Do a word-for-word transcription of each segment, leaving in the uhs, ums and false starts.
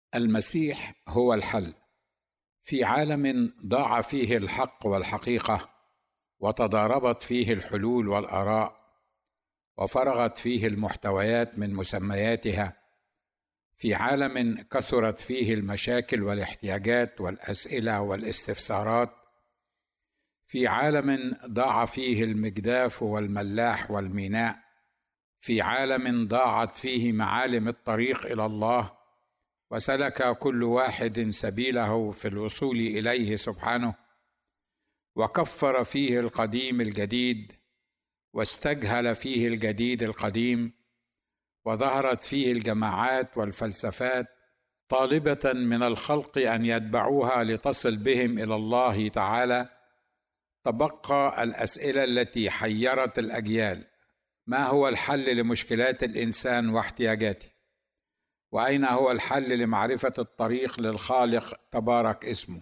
المسيح هو الحل في عالم ضاع فيه الحق والحقيقة، وتضاربت فيه الحلول والآراء، وفرغت فيه المحتويات من مسمياتها، في عالم كثرت فيه المشاكل والاحتياجات والأسئلة والاستفسارات، في عالم ضاع فيه المجداف والملاح والميناء، في عالم ضاعت فيه معالم الطريق إلى الله، وسلك كل واحد سبيله في الوصول إليه سبحانه، وكفر فيه القديم الجديد، واستجهل فيه الجديد القديم، وظهرت فيه الجماعات والفلسفات طالبة من الخلق أن يتبعوها لتصل بهم إلى الله تعالى. تبقى الأسئلة التي حيرت الأجيال: ما هو الحل لمشكلات الإنسان واحتياجاته؟ وأين هو الحل لمعرفة الطريق للخالق تبارك اسمه؟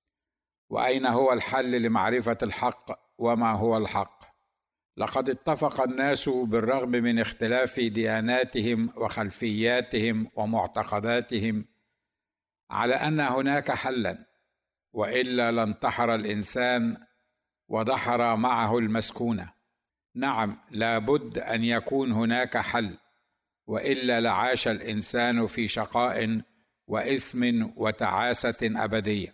وأين هو الحل لمعرفة الحق وما هو الحق؟ لقد اتفق الناس بالرغم من اختلاف دياناتهم وخلفياتهم ومعتقداتهم على أن هناك حلا، وإلا لانتحر الإنسان ودحر معه المسكونة. نعم، لابد أن يكون هناك حل، وإلا لعاش الإنسان في شقاء وإثم وتعاسة أبدية،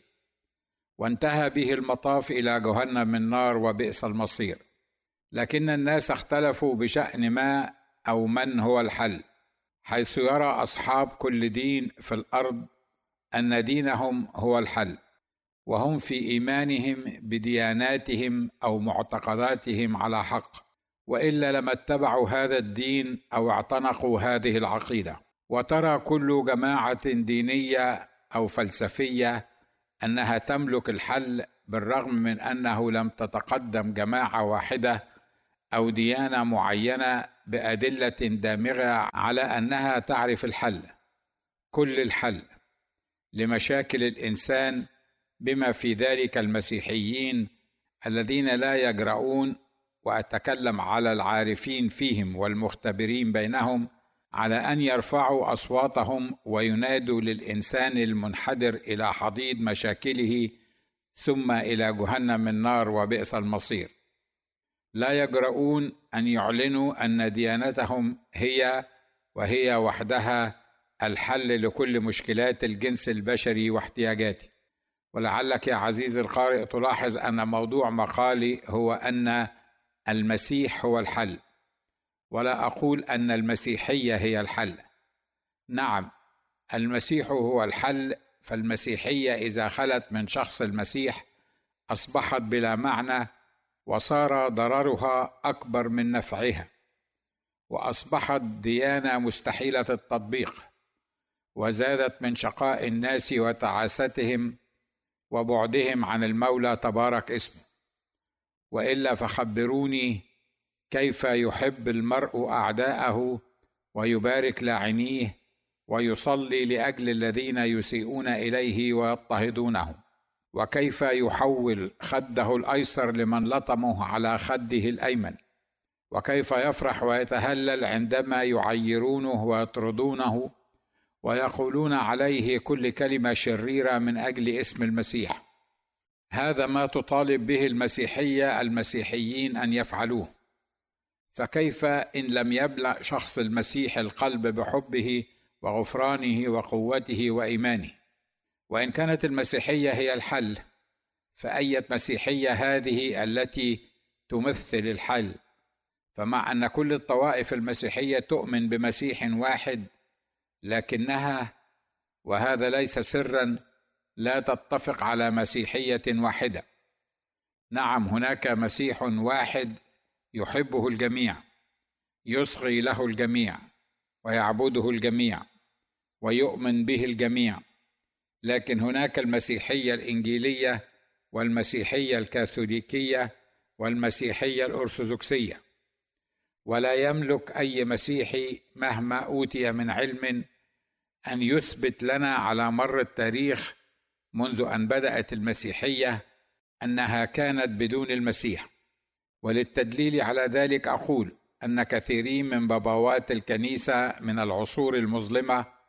وانتهى به المطاف إلى جهنم النار وبئس المصير. لكن الناس اختلفوا بشأن ما أو من هو الحل، حيث يرى أصحاب كل دين في الأرض أن دينهم هو الحل، وهم في إيمانهم بدياناتهم أو معتقداتهم على حق، وإلا لما اتبعوا هذا الدين أو اعتنقوا هذه العقيدة. وترى كل جماعة دينية أو فلسفية أنها تملك الحل، بالرغم من أنه لم تتقدم جماعة واحدة أو ديانة معينة بأدلة دامغة على أنها تعرف الحل، كل الحل لمشاكل الإنسان، بما في ذلك المسيحيين الذين لا يجرؤون، وأتكلم على العارفين فيهم والمختبرين بينهم، على أن يرفعوا أصواتهم وينادوا للإنسان المنحدر إلى حضيض مشاكله ثم إلى جهنم النار وبئس المصير. لا يجرؤون أن يعلنوا أن ديانتهم هي وهي وحدها الحل لكل مشكلات الجنس البشري واحتياجاته. ولعلك يا عزيزي القارئ تلاحظ أن موضوع مقالي هو أن المسيح هو الحل، ولا أقول أن المسيحية هي الحل. نعم، المسيح هو الحل، فالمسيحية إذا خلت من شخص المسيح أصبحت بلا معنى، وصار ضررها أكبر من نفعها، وأصبحت ديانة مستحيلة التطبيق، وزادت من شقاء الناس وتعاستهم وبعدهم عن المولى تبارك اسمه. وإلا فخبروني، كيف يحب المرء أعداءه ويبارك لاعنيه ويصلي لأجل الذين يسيئون إليه ويضطهدونه؟ وكيف يحول خده الأيسر لمن لطمه على خده الأيمن؟ وكيف يفرح ويتهلل عندما يعيرونه ويطردونه ويقولون عليه كل كلمة شريرة من أجل اسم المسيح؟ هذا ما تطالب به المسيحية المسيحيين أن يفعلوه. فكيف إن لم يملأ شخص المسيح القلب بحبه وغفرانه وقوته وإيمانه؟ وإن كانت المسيحية هي الحل، فأية مسيحية هذه التي تمثل الحل؟ فمع أن كل الطوائف المسيحية تؤمن بمسيح واحد، لكنها، وهذا ليس سرا، لا تتفق على مسيحية واحدة. نعم، هناك مسيح واحد يحبه الجميع، يصغي له الجميع، ويعبده الجميع، ويؤمن به الجميع. لكن هناك المسيحية الإنجيلية، والمسيحية الكاثوليكية، والمسيحية الأرثوذكسية. ولا يملك أي مسيحي مهما أوتي من علم أن يثبت لنا على مر التاريخ منذ أن بدأت المسيحية أنها كانت بدون المسيح. وللتدليل على ذلك أقول أن كثيرين من بابوات الكنيسة من العصور المظلمة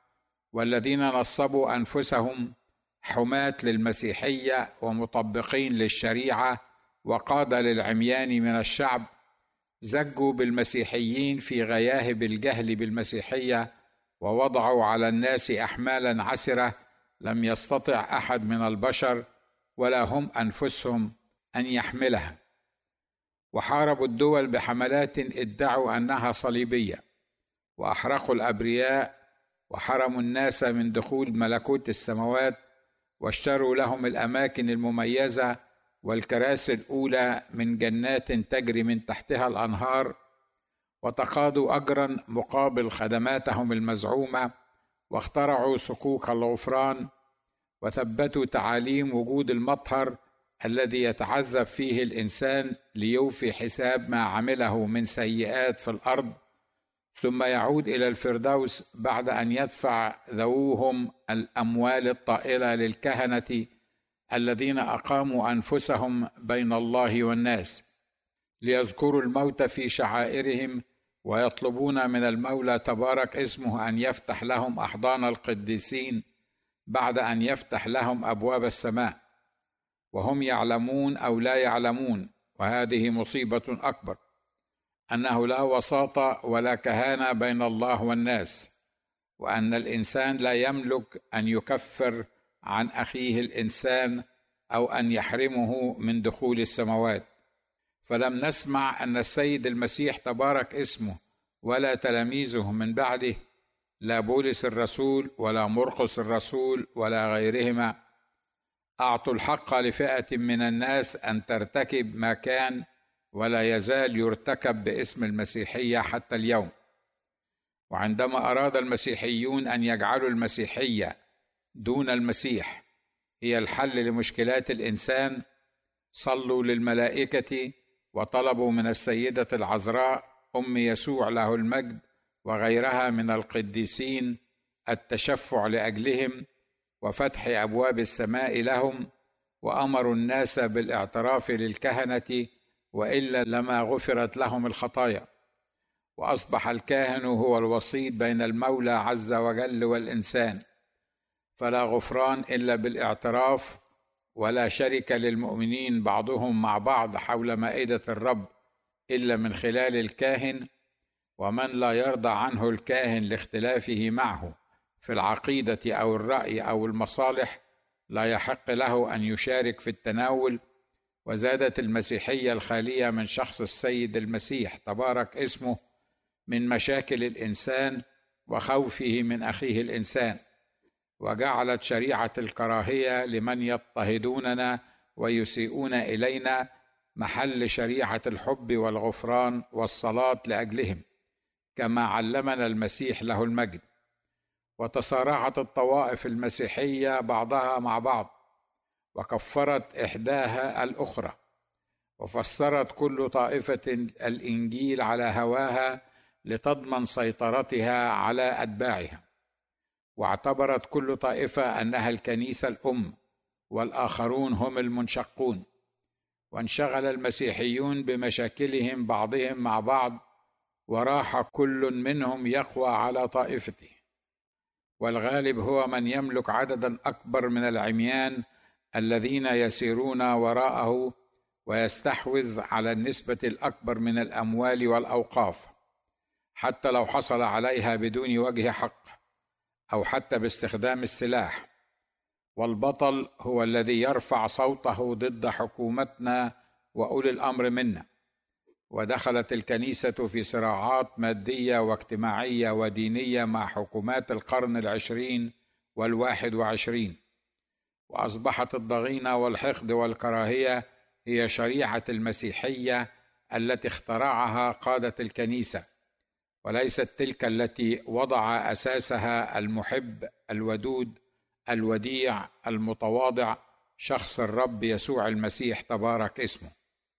والذين نصبوا أنفسهم حماة للمسيحية ومطبقين للشريعة وقادة للعميان من الشعب زجوا بالمسيحيين في غياهب الجهل بالمسيحية، ووضعوا على الناس أحمالا عسرة لم يستطع أحد من البشر ولا هم أنفسهم أن يحملها، وحاربوا الدول بحملات ادعوا أنها صليبية، وأحرقوا الأبرياء وحرموا الناس من دخول ملكوت السماوات، واشتروا لهم الأماكن المميزة والكراسي الأولى من جنات تجري من تحتها الأنهار، وتقاضوا أجرا مقابل خدماتهم المزعومة، واخترعوا صكوك الغفران، وثبتوا تعاليم وجود المطهر الذي يتعذب فيه الإنسان ليوفي حساب ما عمله من سيئات في الأرض، ثم يعود إلى الفردوس بعد أن يدفع ذووهم الأموال الطائلة للكهنة الذين أقاموا أنفسهم بين الله والناس ليذكروا الموت في شعائرهم، ويطلبون من المولى تبارك اسمه أن يفتح لهم أحضان القديسين بعد أن يفتح لهم أبواب السماء، وهم يعلمون أو لا يعلمون، وهذه مصيبة أكبر، أنه لا وساطة ولا كهانة بين الله والناس، وأن الإنسان لا يملك أن يكفر عن أخيه الإنسان أو أن يحرمه من دخول السماوات. فلم نسمع أن السيد المسيح تبارك اسمه ولا تلاميذه من بعده، لا بولس الرسول ولا مرقس الرسول ولا غيرهما، أعطوا الحق لفئة من الناس أن ترتكب ما كان ولا يزال يرتكب باسم المسيحية حتى اليوم. وعندما أراد المسيحيون أن يجعلوا المسيحية دون المسيح هي الحل لمشكلات الإنسان، صلوا للملائكة وطلبوا من السيدة العذراء أم يسوع له المجد وغيرها من القديسين التشفع لأجلهم وفتح أبواب السماء لهم، وأمروا الناس بالاعتراف للكهنة وإلا لما غفرت لهم الخطايا. وأصبح الكاهن هو الوسيط بين المولى عز وجل والإنسان، فلا غفران إلا بالاعتراف، ولا شركة للمؤمنين بعضهم مع بعض حول مائدة الرب إلا من خلال الكاهن، ومن لا يرضى عنه الكاهن لاختلافه معه في العقيدة أو الرأي أو المصالح لا يحق له أن يشارك في التناول. وزادت المسيحية الخالية من شخص السيد المسيح تبارك اسمه من مشاكل الإنسان وخوفه من أخيه الإنسان، وجعلت شريعة الكراهية لمن يضطهدوننا ويسيئون إلينا محل شريعة الحب والغفران والصلاة لأجلهم كما علمنا المسيح له المجد. وتصارعت الطوائف المسيحية بعضها مع بعض، وكفرت إحداها الأخرى، وفسرت كل طائفة الإنجيل على هواها لتضمن سيطرتها على أتباعها، واعتبرت كل طائفة أنها الكنيسة الأم والآخرون هم المنشقون. وانشغل المسيحيون بمشاكلهم بعضهم مع بعض، وراح كل منهم يقوى على طائفته، والغالب هو من يملك عددا أكبر من العميان الذين يسيرون وراءه، ويستحوذ على النسبة الأكبر من الأموال والأوقاف حتى لو حصل عليها بدون وجه حق أو حتى باستخدام السلاح. والبطل هو الذي يرفع صوته ضد حكومتنا وأولي الأمر منا. ودخلت الكنيسة في صراعات مادية واجتماعية ودينية مع حكومات القرن العشرين والواحد وعشرين، وأصبحت الضغينة والحقد والكراهية هي شريعة المسيحية التي اخترعها قادة الكنيسة، وليست تلك التي وضع أساسها المحب الودود الوديع المتواضع شخص الرب يسوع المسيح تبارك اسمه.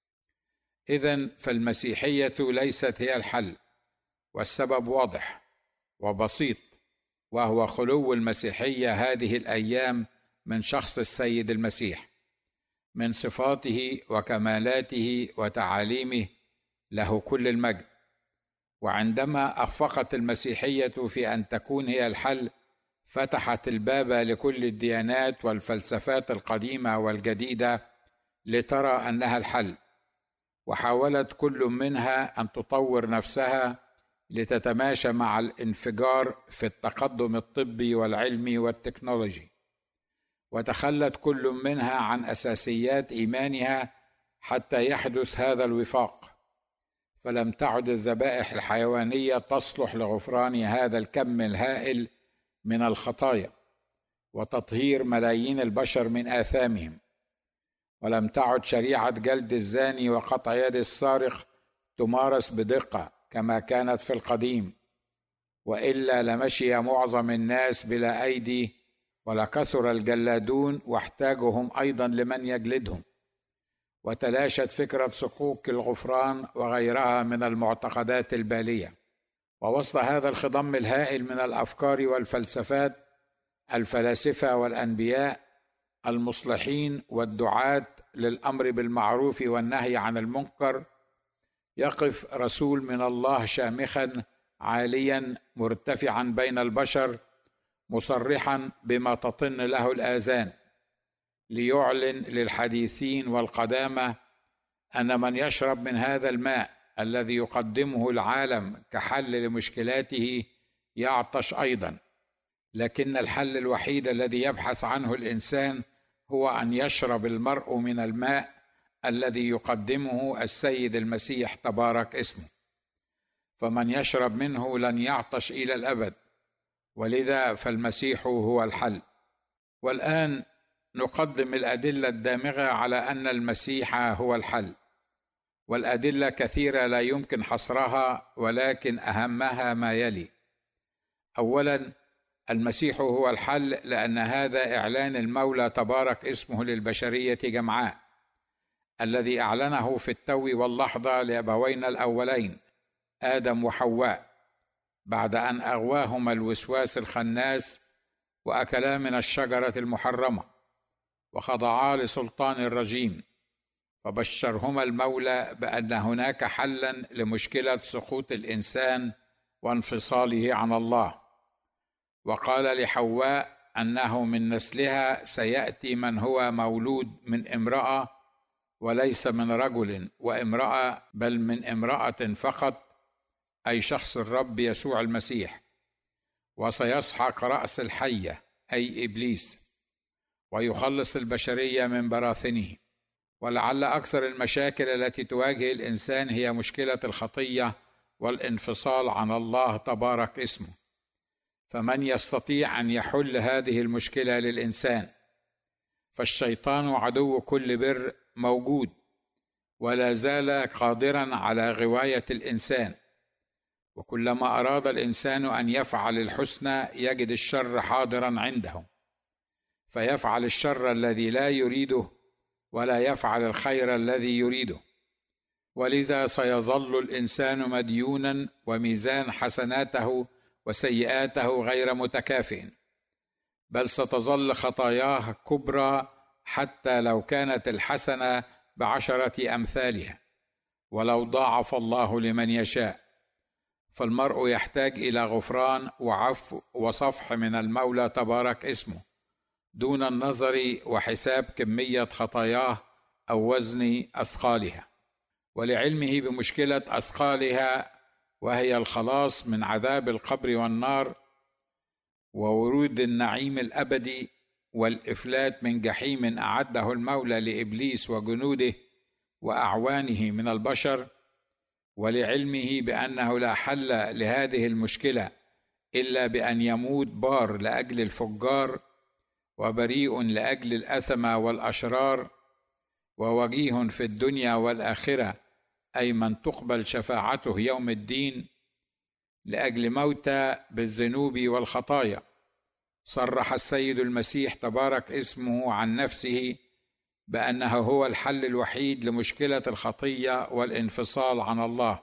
إذن فالمسيحية ليست هي الحل، والسبب واضح وبسيط، وهو خلو المسيحية هذه الأيام من شخص السيد المسيح، من صفاته وكمالاته وتعاليمه له كل المجد. وعندما أخفقت المسيحية في أن تكون هي الحل، فتحت الباب لكل الديانات والفلسفات القديمة والجديدة لترى أنها الحل، وحاولت كل منها أن تطور نفسها لتتماشى مع الانفجار في التقدم الطبي والعلمي والتكنولوجي، وتخلت كل منها عن أساسيات إيمانها حتى يحدث هذا الوفاق، فلم تعد الذبائح الحيوانية تصلح لغفران هذا الكم الهائل من الخطايا وتطهير ملايين البشر من آثامهم، ولم تعد شريعة جلد الزاني وقطع يد السارق تمارس بدقة كما كانت في القديم، وإلا لمشي معظم الناس بلا أيدي ولكثر الجلادون واحتاجهم أيضا لمن يجلدهم، وتلاشت فكرة صكوك الغفران وغيرها من المعتقدات البالية. ووسط هذا الخضم الهائل من الأفكار والفلسفات، الفلاسفة والأنبياء المصلحين والدعاة للأمر بالمعروف والنهي عن المنكر، يقف رسول من الله شامخا عاليا مرتفعا بين البشر، مصرحا بما تطن له الآذان، ليعلن للحديثين والقدامى أن من يشرب من هذا الماء الذي يقدمه العالم كحل لمشكلاته يعطش أيضا، لكن الحل الوحيد الذي يبحث عنه الإنسان هو أن يشرب المرء من الماء الذي يقدمه السيد المسيح تبارك اسمه، فمن يشرب منه لن يعطش إلى الأبد، ولذا فالمسيح هو الحل. والآن نقدم الأدلة الدامغة على أن المسيح هو الحل، والأدلة كثيرة لا يمكن حصرها، ولكن أهمها ما يلي. أولا، المسيح هو الحل لأن هذا إعلان المولى تبارك اسمه للبشرية جمعاء، الذي أعلنه في التو واللحظة لأبوينا الأولين آدم وحواء، بعد أن أغواهما الوسواس الخناس وأكلا من الشجرة المحرمة وخضعا لسلطان الرجيم، فبشرهما المولى بأن هناك حلا لمشكلة سقوط الإنسان وانفصاله عن الله، وقال لحواء أنه من نسلها سيأتي من هو مولود من امرأة وليس من رجل وامرأة، بل من امرأة فقط، أي شخص الرب يسوع المسيح، وسيسحق رأس الحية أي إبليس، ويخلص البشرية من براثنه. ولعل أكثر المشاكل التي تواجه الإنسان هي مشكلة الخطية والانفصال عن الله تبارك اسمه، فمن يستطيع أن يحل هذه المشكلة للإنسان؟ فالشيطان عدو كل بر موجود ولا زال قادرا على غواية الإنسان، وكلما أراد الإنسان أن يفعل الحسنى يجد الشر حاضرا عنده، فيفعل الشر الذي لا يريده ولا يفعل الخير الذي يريده، ولذا سيظل الإنسان مديونا وميزان حسناته وسيئاته غير متكافئ، بل ستظل خطاياه كبرى حتى لو كانت الحسنة بعشرة أمثالها، ولو ضاعف الله لمن يشاء. فالمرء يحتاج إلى غفران وعفو وصفح من المولى تبارك اسمه، دون النظر وحساب كمية خطاياه أو وزن أثقالها، ولعلمه بمشكلة أثقالها، وهي الخلاص من عذاب القبر والنار وورود النعيم الأبدي والإفلات من جحيم أعده المولى لإبليس وجنوده وأعوانه من البشر، ولعلمه بأنه لا حل لهذه المشكلة إلا بأن يموت بار لأجل الفجار وبريء لأجل الأثمة والأشرار، ووجيه في الدنيا والآخرة، أي من تقبل شفاعته يوم الدين لأجل موتى بالذنوب والخطايا. صرح السيد المسيح تبارك اسمه عن نفسه بأنه هو الحل الوحيد لمشكلة الخطية والانفصال عن الله،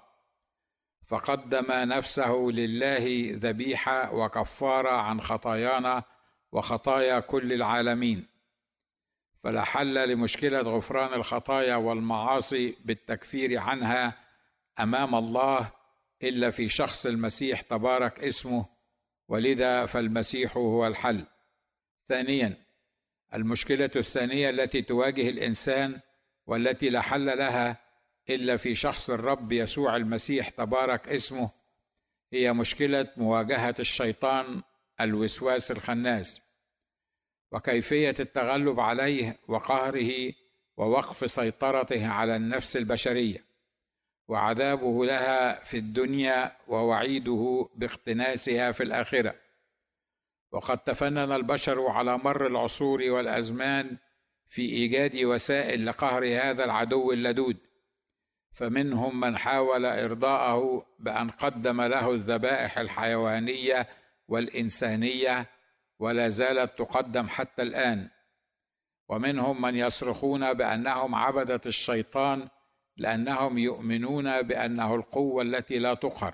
فقدم نفسه لله ذبيحة وكفارة عن خطايانا وخطايا كل العالمين. فلا حل لمشكلة غفران الخطايا والمعاصي بالتكفير عنها أمام الله إلا في شخص المسيح تبارك اسمه، ولذا فالمسيح هو الحل. ثانيا، المشكلة الثانية التي تواجه الإنسان والتي لا حل لها إلا في شخص الرب يسوع المسيح تبارك اسمه هي مشكلة مواجهة الشيطان الوسواس الخناس، وكيفية التغلب عليه وقهره ووقف سيطرته على النفس البشرية، وعذابه لها في الدنيا ووعيده باقتناسها في الآخرة. وقد تفنن البشر على مر العصور والأزمان في إيجاد وسائل لقهر هذا العدو اللدود، فمنهم من حاول إرضاءه بأن قدم له الذبائح الحيوانية والإنسانية ولا زالت تقدم حتى الآن، ومنهم من يصرخون بأنهم عبدة الشيطان لأنهم يؤمنون بأنه القوة التي لا تقهر،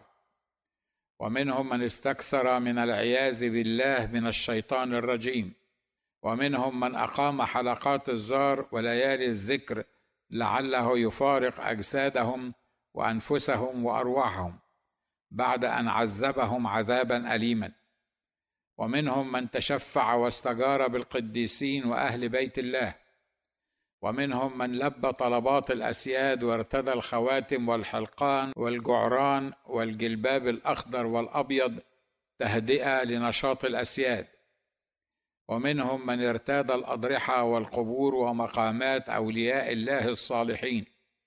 ومنهم من استكثر من العياذ بالله من الشيطان الرجيم، ومنهم من أقام حلقات الزار وليالي الذكر لعله يفارق أجسادهم وأنفسهم وأرواحهم بعد أن عذبهم عذابا أليما، ومنهم من تشفع واستجار بالقديسين وأهل بيت الله، ومنهم من لبى طلبات الأسياد وارتدى الخواتم والحلقان والجعران والجلباب الأخضر والأبيض تهدئة لنشاط الأسياد، ومنهم من ارتاد الأضرحة والقبور ومقامات أولياء الله الصالحين،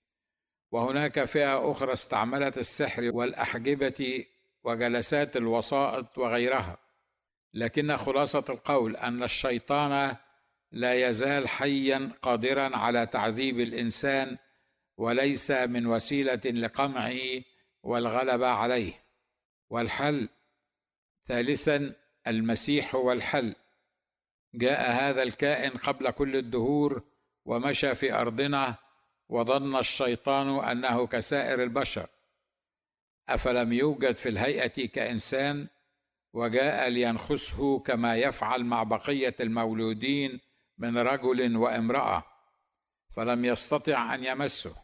وهناك فئة أخرى استعملت السحر والأحجبة وجلسات الوسائط وغيرها. لكن خلاصة القول أن الشيطان لا يزال حيا قادرا على تعذيب الإنسان وليس من وسيلة لقمعه والغلبة عليه. والحل ثالثا، المسيح هو الحل. جاء هذا الكائن قبل كل الدهور ومشى في أرضنا، وظن الشيطان أنه كسائر البشر، أفلم يوجد في الهيئة كإنسان، وجاء لينخسه كما يفعل مع بقية المولودين من رجل وامرأة، فلم يستطع أن يمسه.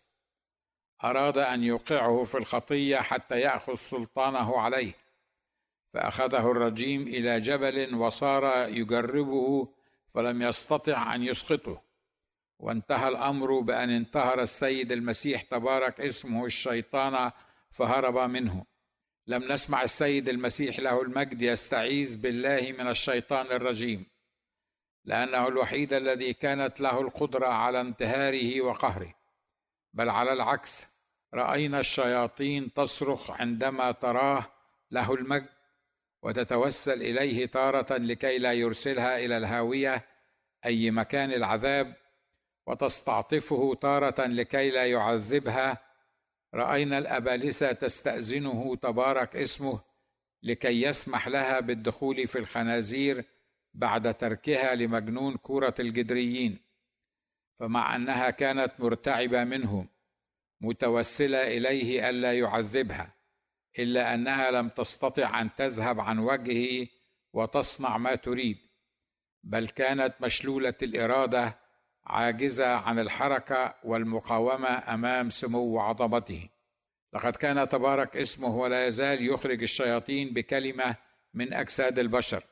أراد أن يوقعه في الخطية حتى يأخذ سلطانه عليه، فأخذه الرجيم إلى جبل وصار يجربه فلم يستطع أن يسقطه، وانتهى الأمر بأن انتهر السيد المسيح تبارك اسمه الشيطان فهرب منه. لم نسمع السيد المسيح له المجد يستعيذ بالله من الشيطان الرجيم، لأنه الوحيد الذي كانت له القدرة على انتهاره وقهره، بل على العكس رأينا الشياطين تصرخ عندما تراه له المجد، وتتوسل إليه تارة لكي لا يرسلها إلى الهاوية أي مكان العذاب، وتستعطفه تارة لكي لا يعذبها. رأينا الأبالسة تستأذنه تبارك اسمه لكي يسمح لها بالدخول في الخنازير بعد تركها لمجنون كورة الجدريين، فمع أنها كانت مرتعبة منه متوسلة إليه ألا يعذبها، إلا أنها لم تستطع أن تذهب عن وجهه وتصنع ما تريد، بل كانت مشلولة الإرادة عاجزة عن الحركة والمقاومة أمام سمو عظمته. لقد كان تبارك اسمه ولا يزال يخرج الشياطين بكلمة من أجساد البشر،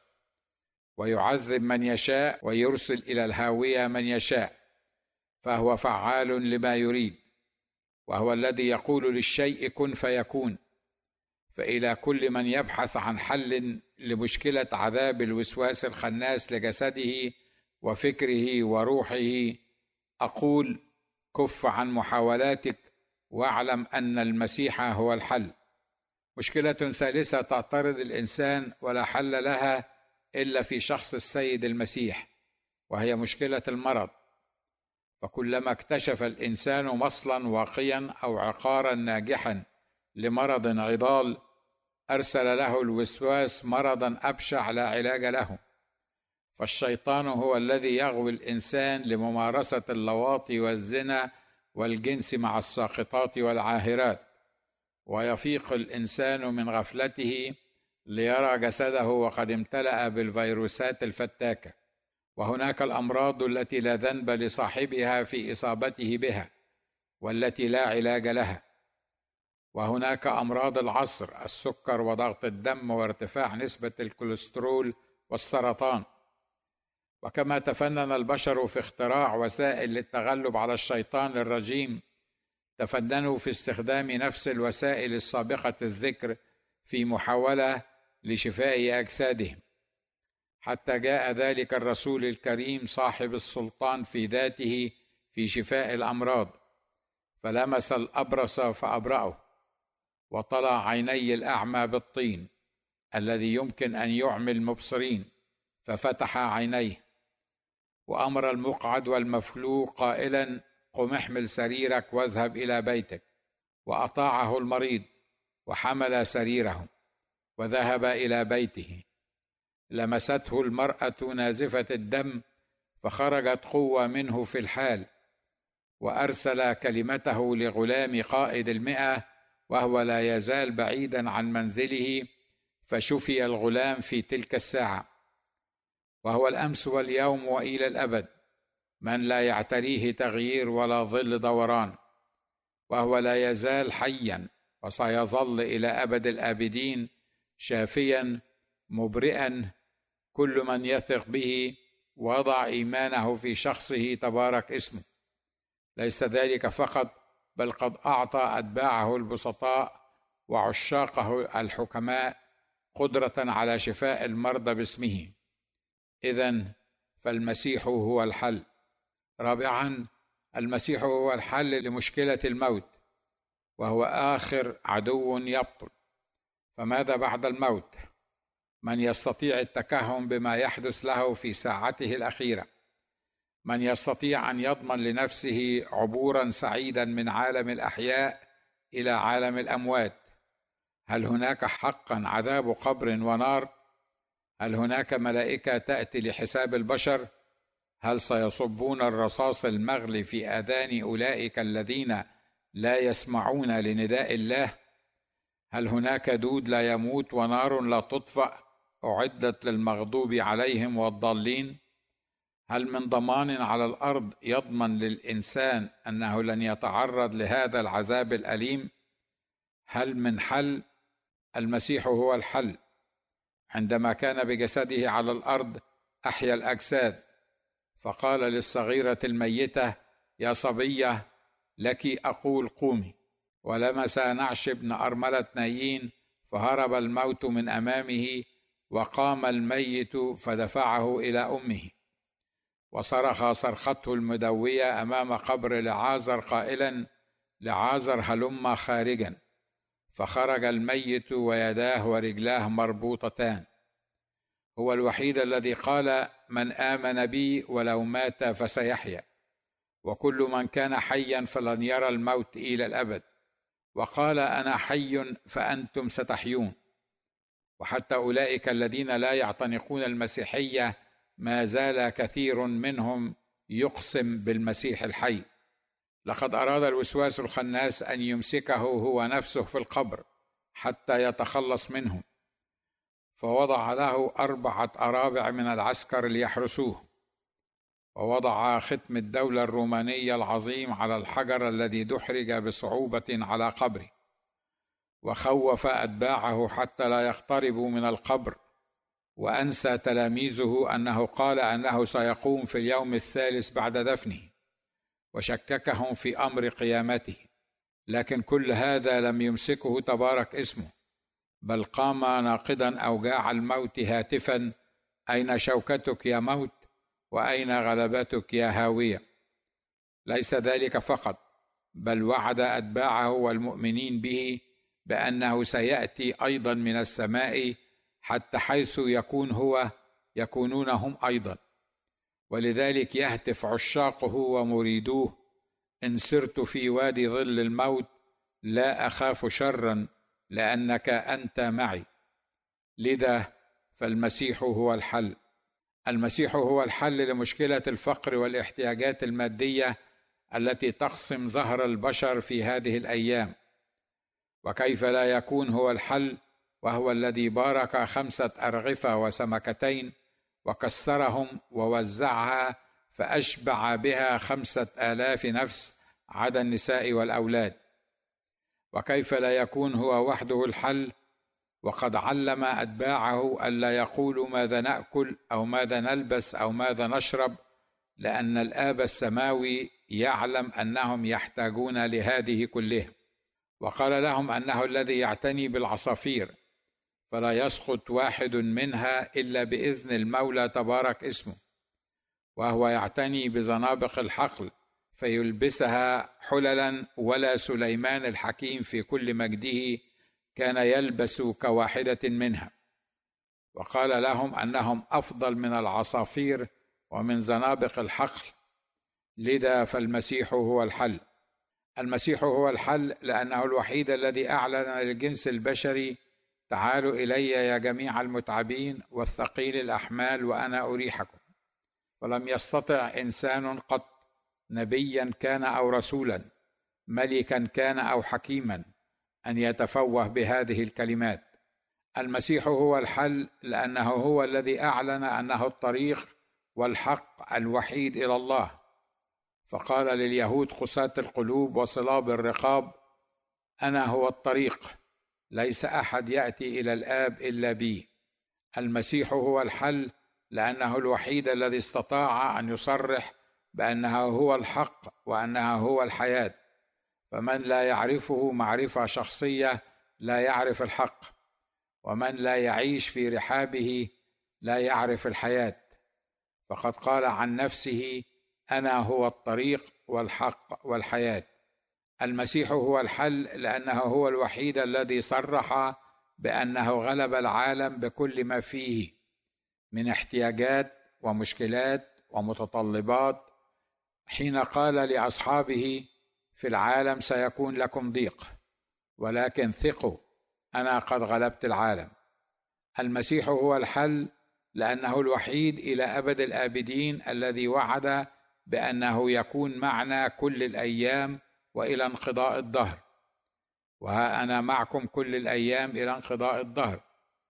ويعذب من يشاء ويرسل إلى الهاوية من يشاء، فهو فعال لما يريد، وهو الذي يقول للشيء كن فيكون. فإلى كل من يبحث عن حل لمشكلة عذاب الوسواس الخناس لجسده وفكره وروحه أقول: كف عن محاولاتك واعلم أن المسيح هو الحل. مشكلة ثالثة تعترض الإنسان ولا حل لها إلا في شخص السيد المسيح، وهي مشكلة المرض. فكلما اكتشف الإنسان مصلا واقيا أو عقارا ناجحا لمرض عضال، أرسل له الوسواس مرضا أبشع لا علاج له. فالشيطان هو الذي يغوي الإنسان لممارسة اللواطي والزنا والجنس مع الساقطات والعاهرات، ويفيق الإنسان من غفلته ليرى جسده وقد امتلأ بالفيروسات الفتاكة. وهناك الأمراض التي لا ذنب لصاحبها في إصابته بها، والتي لا علاج لها. وهناك أمراض العصر: السكر وضغط الدم وارتفاع نسبة الكوليسترول والسرطان. وكما تفنن البشر في اختراع وسائل للتغلب على الشيطان الرجيم، تفننوا في استخدام نفس الوسائل السابقة الذكر في محاولة لشفاء أجسادهم، حتى جاء ذلك الرسول الكريم صاحب السلطان في ذاته في شفاء الأمراض، فلمس الأبرص فأبرأه، وطلع عيني الأعمى بالطين الذي يمكن أن يعمي المبصرين ففتح عينيه، وأمر المقعد والمفلوج قائلا: قم احمل سريرك واذهب إلى بيتك. وأطاعه المريض وحمل سريره وذهب إلى بيته. لمسته المرأة نازفة الدم فخرجت قوة منه في الحال، وأرسل كلمته لغلام قائد المئة وهو لا يزال بعيدا عن منزله، فشفي الغلام في تلك الساعة. وهو الأمس واليوم وإلى الأبد، من لا يعتريه تغيير ولا ظل دوران، وهو لا يزال حيا وسيظل إلى أبد الآبدين شافيا مبرئا كل من يثق به ووضع إيمانه في شخصه تبارك اسمه. ليس ذلك فقط، بل قد أعطى أتباعه البسطاء وعشاقه الحكماء قدرة على شفاء المرضى باسمه. إذن فالمسيح هو الحل. رابعا، المسيح هو الحل لمشكلة الموت، وهو آخر عدو يبطل. فماذا بعد الموت؟ من يستطيع التكهن بما يحدث له في ساعته الأخيرة؟ من يستطيع أن يضمن لنفسه عبورا سعيدا من عالم الأحياء إلى عالم الأموات؟ هل هناك حقا عذاب قبر ونار؟ هل هناك ملائكة تأتي لحساب البشر؟ هل سيصبون الرصاص المغلي في آذان أولئك الذين لا يسمعون لنداء الله؟ هل هناك دود لا يموت ونار لا تطفأ أعدت للمغضوب عليهم والضالين؟ هل من ضمان على الأرض يضمن للإنسان أنه لن يتعرض لهذا العذاب الأليم؟ هل من حل؟ المسيح هو الحل. عندما كان بجسده على الأرض أحيا الأجساد، فقال للصغيرة الميتة: يا صبية لك أقول قومي. ولمس نعش ابن أرملة نايين فهرب الموت من أمامه، وقام الميت فدفعه إلى أمه. وصرخ صرخته المدوية أمام قبر لعازر قائلا: لعازر هلم خارجا. فخرج الميت ويداه ورجلاه مربوطتان. هو الوحيد الذي قال: من آمن بي ولو مات فسيحيا، وكل من كان حيا فلن يرى الموت إلى الأبد. وقال: أنا حي فأنتم ستحيون. وحتى أولئك الذين لا يعتنقون المسيحية ما زال كثير منهم يقسم بالمسيح الحي. لقد أراد الوسواس الخناس أن يمسكه هو نفسه في القبر حتى يتخلص منه، فوضع له أربعة أرابع من العسكر ليحرسوه، ووضع ختم الدولة الرومانية العظيم على الحجر الذي دحرج بصعوبة على قبره، وخوف أتباعه حتى لا يقتربوا من القبر. وأنسى تلاميذه أنه قال أنه سيقوم في اليوم الثالث بعد دفنه، وشككهم في أمر قيامته. لكن كل هذا لم يمسكه تبارك اسمه، بل قام ناقضا أوجاع الموت هاتفا: أين شوكتك يا موت؟ وأين غلبتك يا هاوية؟ ليس ذلك فقط، بل وعد أتباعه والمؤمنين به بأنه سيأتي أيضا من السماء، حتى حيث يكون هو يكونون هم أيضا. ولذلك يهتف عشاقه ومريدوه: إن سرت في وادي ظل الموت لا أخاف شرا لأنك أنت معي. لذا فالمسيح هو الحل. المسيح هو الحل لمشكلة الفقر والاحتياجات المادية التي تقسم ظهر البشر في هذه الأيام. وكيف لا يكون هو الحل وهو الذي بارك خمسة أرغفة وسمكتين وكسرهم ووزعها فأشبع بها خمسة آلاف نفس عدا النساء والأولاد. وكيف لا يكون هو وحده الحل وقد علم أتباعه ألا يقولوا ماذا نأكل أو ماذا نلبس أو ماذا نشرب، لأن الآب السماوي يعلم أنهم يحتاجون لهذه كلها. وقال لهم أنه الذي يعتني بالعصافير فلا يسقط واحد منها إلا بإذن المولى تبارك اسمه، وهو يعتني بزنابق الحقل فيلبسها حللا، ولا سليمان الحكيم في كل مجده كان يلبس كواحدة منها. وقال لهم أنهم أفضل من العصافير ومن زنابق الحقل، لذا فالمسيح هو الحل. المسيح هو الحل لأنه الوحيد الذي أعلن للجنس البشري: تعالوا إلي يا جميع المتعبين والثقيل الأحمال وأنا أريحكم. ولم يستطع إنسان قط، نبيا كان أو رسولا، ملكا كان أو حكيما، أن يتفوه بهذه الكلمات. المسيح هو الحل لأنه هو الذي أعلن أنه الطريق والحق الوحيد إلى الله. فقال لليهود قساة القلوب وصلاب الرقاب: أنا هو الطريق، ليس أحد يأتي إلى الآب إلا بي. المسيح هو الحل لأنه الوحيد الذي استطاع أن يصرح بأنه هو الحق وأنه هو الحياة. فمن لا يعرفه معرفة شخصية لا يعرف الحق، ومن لا يعيش في رحابه لا يعرف الحياة. فقد قال عن نفسه: أنا هو الطريق والحق والحياة. المسيح هو الحل لأنه هو الوحيد الذي صرح بأنه غلب العالم بكل ما فيه من احتياجات ومشكلات ومتطلبات، حين قال لأصحابه: في العالم سيكون لكم ضيق، ولكن ثقوا، أنا قد غلبت العالم. المسيح هو الحل لأنه الوحيد إلى أبد الآبدين الذي وعد بأنه يكون معنا كل الأيام وإلى انقضاء الدهر. وها أنا معكم كل الأيام إلى انقضاء الدهر.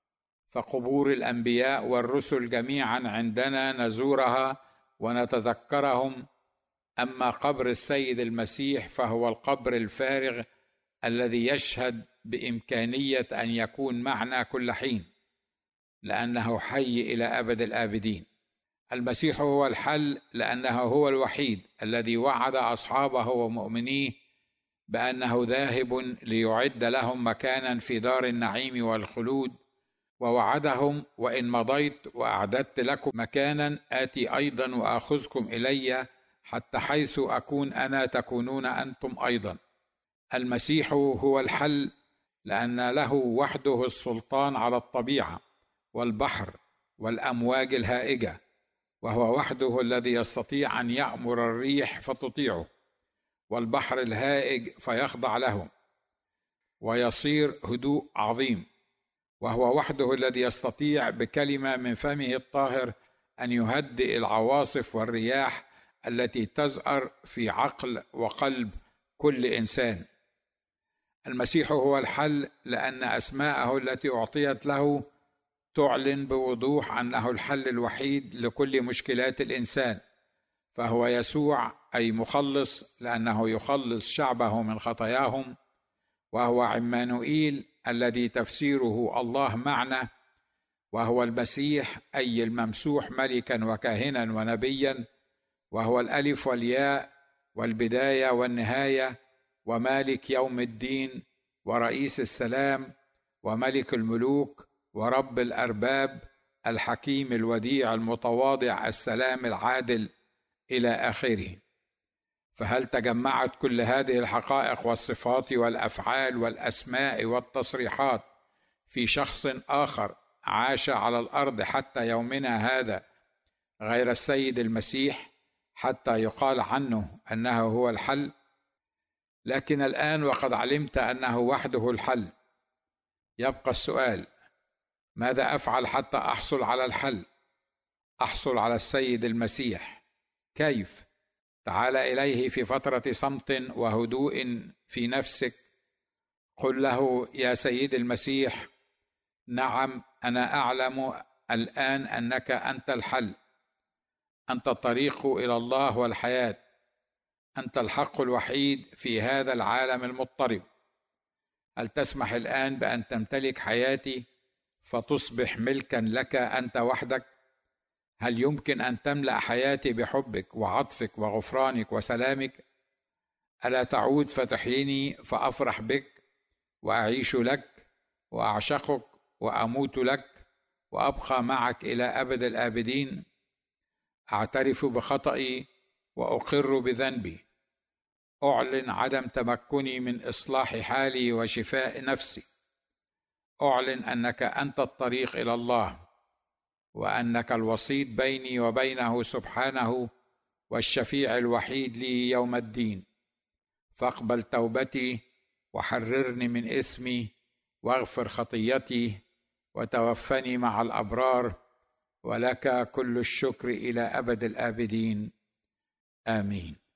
فقبور الأنبياء والرسل جميعا عندنا نزورها ونتذكرهم، أما قبر السيد المسيح فهو القبر الفارغ الذي يشهد بإمكانية أن يكون معنا كل حين، لأنه حي إلى أبد الآبدين. المسيح هو الحل لأنه هو الوحيد الذي وعد أصحابه ومؤمنيه بأنه ذاهب ليعد لهم مكانا في دار النعيم والخلود، ووعدهم: وإن مضيت وأعددت لكم مكانا آتي أيضا وآخذكم إلي، حتى حيث أكون أنا تكونون أنتم أيضا. المسيح هو الحل لأن له وحده السلطان على الطبيعة والبحر والأمواج الهائجة، وهو وحده الذي يستطيع أن يأمر الريح فتطيعه والبحر الهائج فيخضع له ويصير هدوء عظيم. وهو وحده الذي يستطيع بكلمة من فمه الطاهر أن يهدئ العواصف والرياح التي تزأر في عقل وقلب كل إنسان. المسيح هو الحل لأن أسماءه التي أعطيت له تعلن بوضوح أنه الحل الوحيد لكل مشكلات الإنسان. فهو يسوع، أي مخلص، لأنه يخلص شعبه من خطاياهم. وهو عمانوئيل الذي تفسيره الله معنا. وهو المسيح، أي الممسوح ملكا وكاهنا ونبيا. وهو الألف والياء والبداية والنهاية، ومالك يوم الدين، ورئيس السلام، وملك الملوك، ورب الأرباب، الحكيم الوديع المتواضع السلام العادل، إلى آخره. فهل تجمعت كل هذه الحقائق والصفات والأفعال والأسماء والتصريحات في شخص آخر عاش على الأرض حتى يومنا هذا غير السيد المسيح حتى يقال عنه أنه هو الحل؟ لكن الآن وقد علمت أنه وحده الحل، يبقى السؤال: ماذا أفعل حتى أحصل على الحل؟ أحصل على السيد المسيح. كيف؟ تعال إليه في فترة صمت وهدوء في نفسك. قل له: يا سيد المسيح، نعم، أنا أعلم الآن أنك أنت الحل، أنت الطريق إلى الله والحياة، أنت الحق الوحيد في هذا العالم المضطرب. هل تسمح الآن بأن تمتلك حياتي فتصبح ملكا لك أنت وحدك؟ هل يمكن أن تملأ حياتي بحبك وعطفك وغفرانك وسلامك؟ ألا تعود فتحييني فأفرح بك وأعيش لك وأعشقك وأموت لك وأبقى معك إلى أبد الآبدين؟ أعترف بخطئي وأقر بذنبي، أعلن عدم تمكني من إصلاح حالي وشفاء نفسي، أعلن أنك أنت الطريق إلى الله، وأنك الوسيط بيني وبينه سبحانه والشفيع الوحيد لي يوم الدين. فاقبل توبتي وحررني من إثمي واغفر خطيتي وتوفني مع الأبرار، ولك كل الشكر إلى أبد الآبدين. آمين.